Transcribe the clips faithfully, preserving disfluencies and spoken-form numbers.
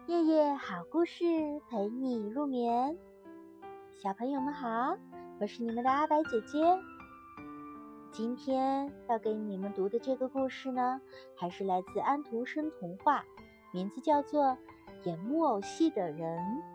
夜夜好故事陪你入眠，小朋友们好，我是你们的阿白姐姐。今天要给你们读的这个故事呢，还是来自安徒生童话，名字叫做《演木偶戏的人》。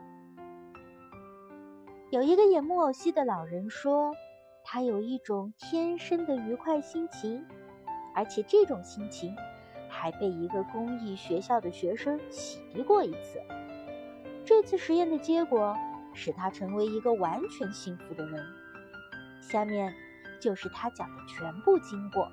有一个演木偶戏的老人说，他有一种天生的愉快心情，而且这种心情还被一个公益学校的学生洗涤过一次。这次实验的结果使他成为一个完全幸福的人。下面就是他讲的全部经过。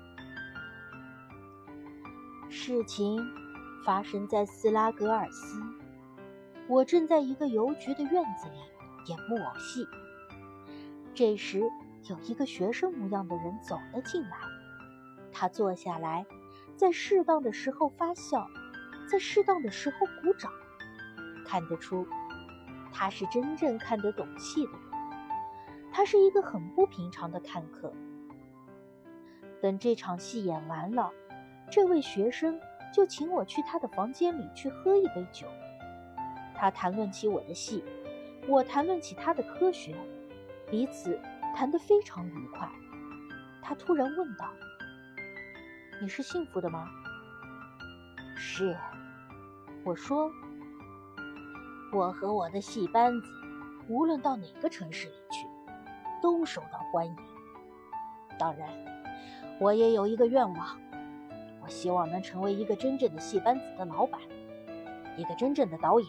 事情发生在斯拉格尔斯，我正在一个邮局的院子里演木偶戏。这时有一个学生模样的人走了进来，他坐下来，在适当的时候发笑，在适当的时候鼓掌，看得出他是真正看得懂戏的人。他是一个很不平常的看客。等这场戏演完了，这位学生就请我去他的房间里去喝一杯酒。他谈论起我的戏，我谈论起他的科学，彼此谈得非常愉快。他突然问道，你是幸福的吗？是，我说，我和我的戏班子无论到哪个城市里去都受到欢迎。当然我也有一个愿望，我希望能成为一个真正的戏班子的老板，一个真正的导演。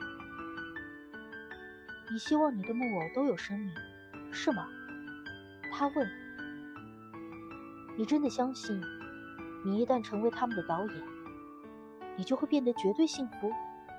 你希望你的木偶都有生命，是吗？他问。你真的相信你一旦成为他们的导演，你就会变得绝对幸福？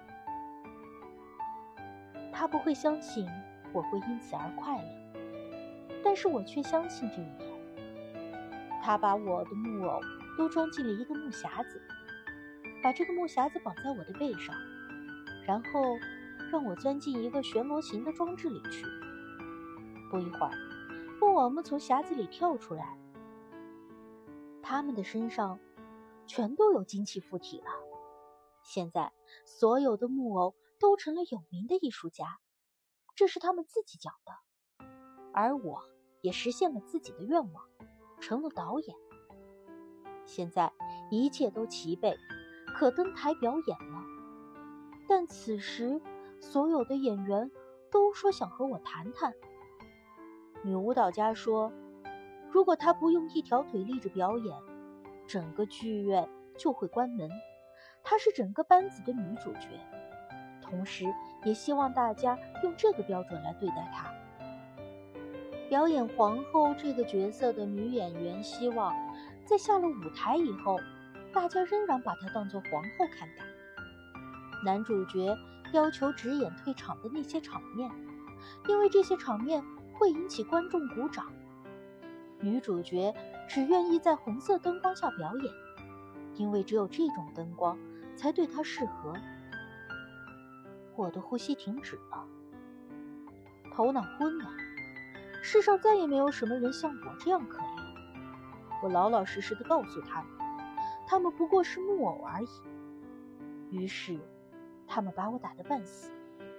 他不会相信我会因此而快乐，但是我却相信这一点。他把我的木偶都装进了一个木匣子，把这个木匣子绑在我的背上，然后让我钻进一个旋螺形的装置里去。不一会儿，木偶们从匣子里跳出来，他们的身上全都有金气附体了。现在所有的木偶都成了有名的艺术家，这是他们自己讲的。而我也实现了自己的愿望，成了导演。现在一切都齐备，可登台表演了。但此时所有的演员都说想和我谈谈。女舞蹈家说，如果她不用一条腿立着表演，整个剧院就会关门。她是整个班子的女主角，同时也希望大家用这个标准来对待她。表演皇后这个角色的女演员希望，在下了舞台以后，大家仍然把她当作皇后看待。男主角要求只演退场的那些场面，因为这些场面会引起观众鼓掌。女主角只愿意在红色灯光下表演，因为只有这种灯光才对她适合。我的呼吸停止了，头脑昏了。世上再也没有什么人像我这样可怜。我老老实实地告诉他们，他们不过是木偶而已。于是他们把我打得半死。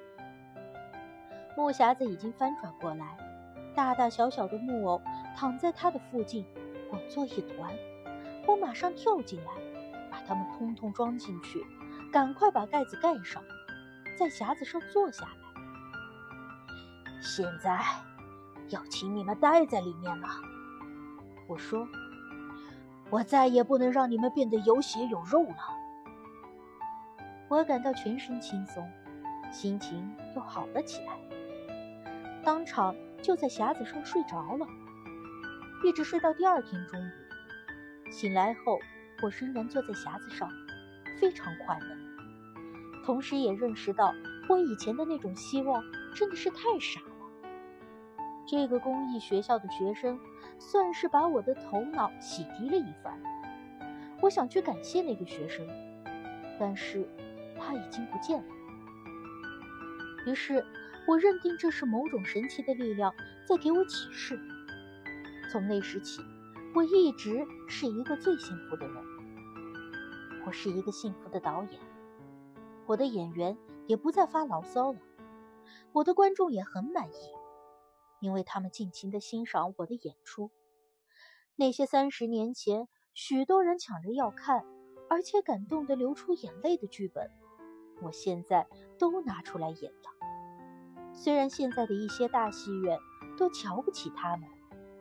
木匣子已经翻转过来，大大小小的木偶躺在它的附近，滚作一团。我马上跳进来，把它们通通装进去，赶快把盖子盖上，在匣子上坐下来。现在要请你们待在里面了，我说，我再也不能让你们变得有血有肉了。我感到全身轻松，心情又好了起来，当场就在匣子上睡着了，一直睡到第二天中午。醒来后，我仍然坐在匣子上，非常快乐，同时也认识到我以前的那种希望真的是太傻了。这个公益学校的学生算是把我的头脑洗涤了一番。我想去感谢那个学生，但是他已经不见了。于是我认定这是某种神奇的力量在给我启示。从那时起，我一直是一个最幸福的人。我是一个幸福的导演，我的演员也不再发牢骚了。我的观众也很满意，因为他们尽情地欣赏我的演出。那些三十年前许多人抢着要看，而且感动得流出眼泪的剧本，我现在都拿出来演了。虽然现在的一些大戏院都瞧不起他们，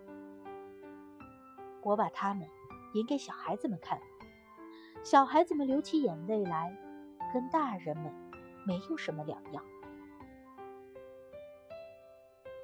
我把他们演给小孩子们看，小孩子们流起眼泪来，跟大人们没有什么两样。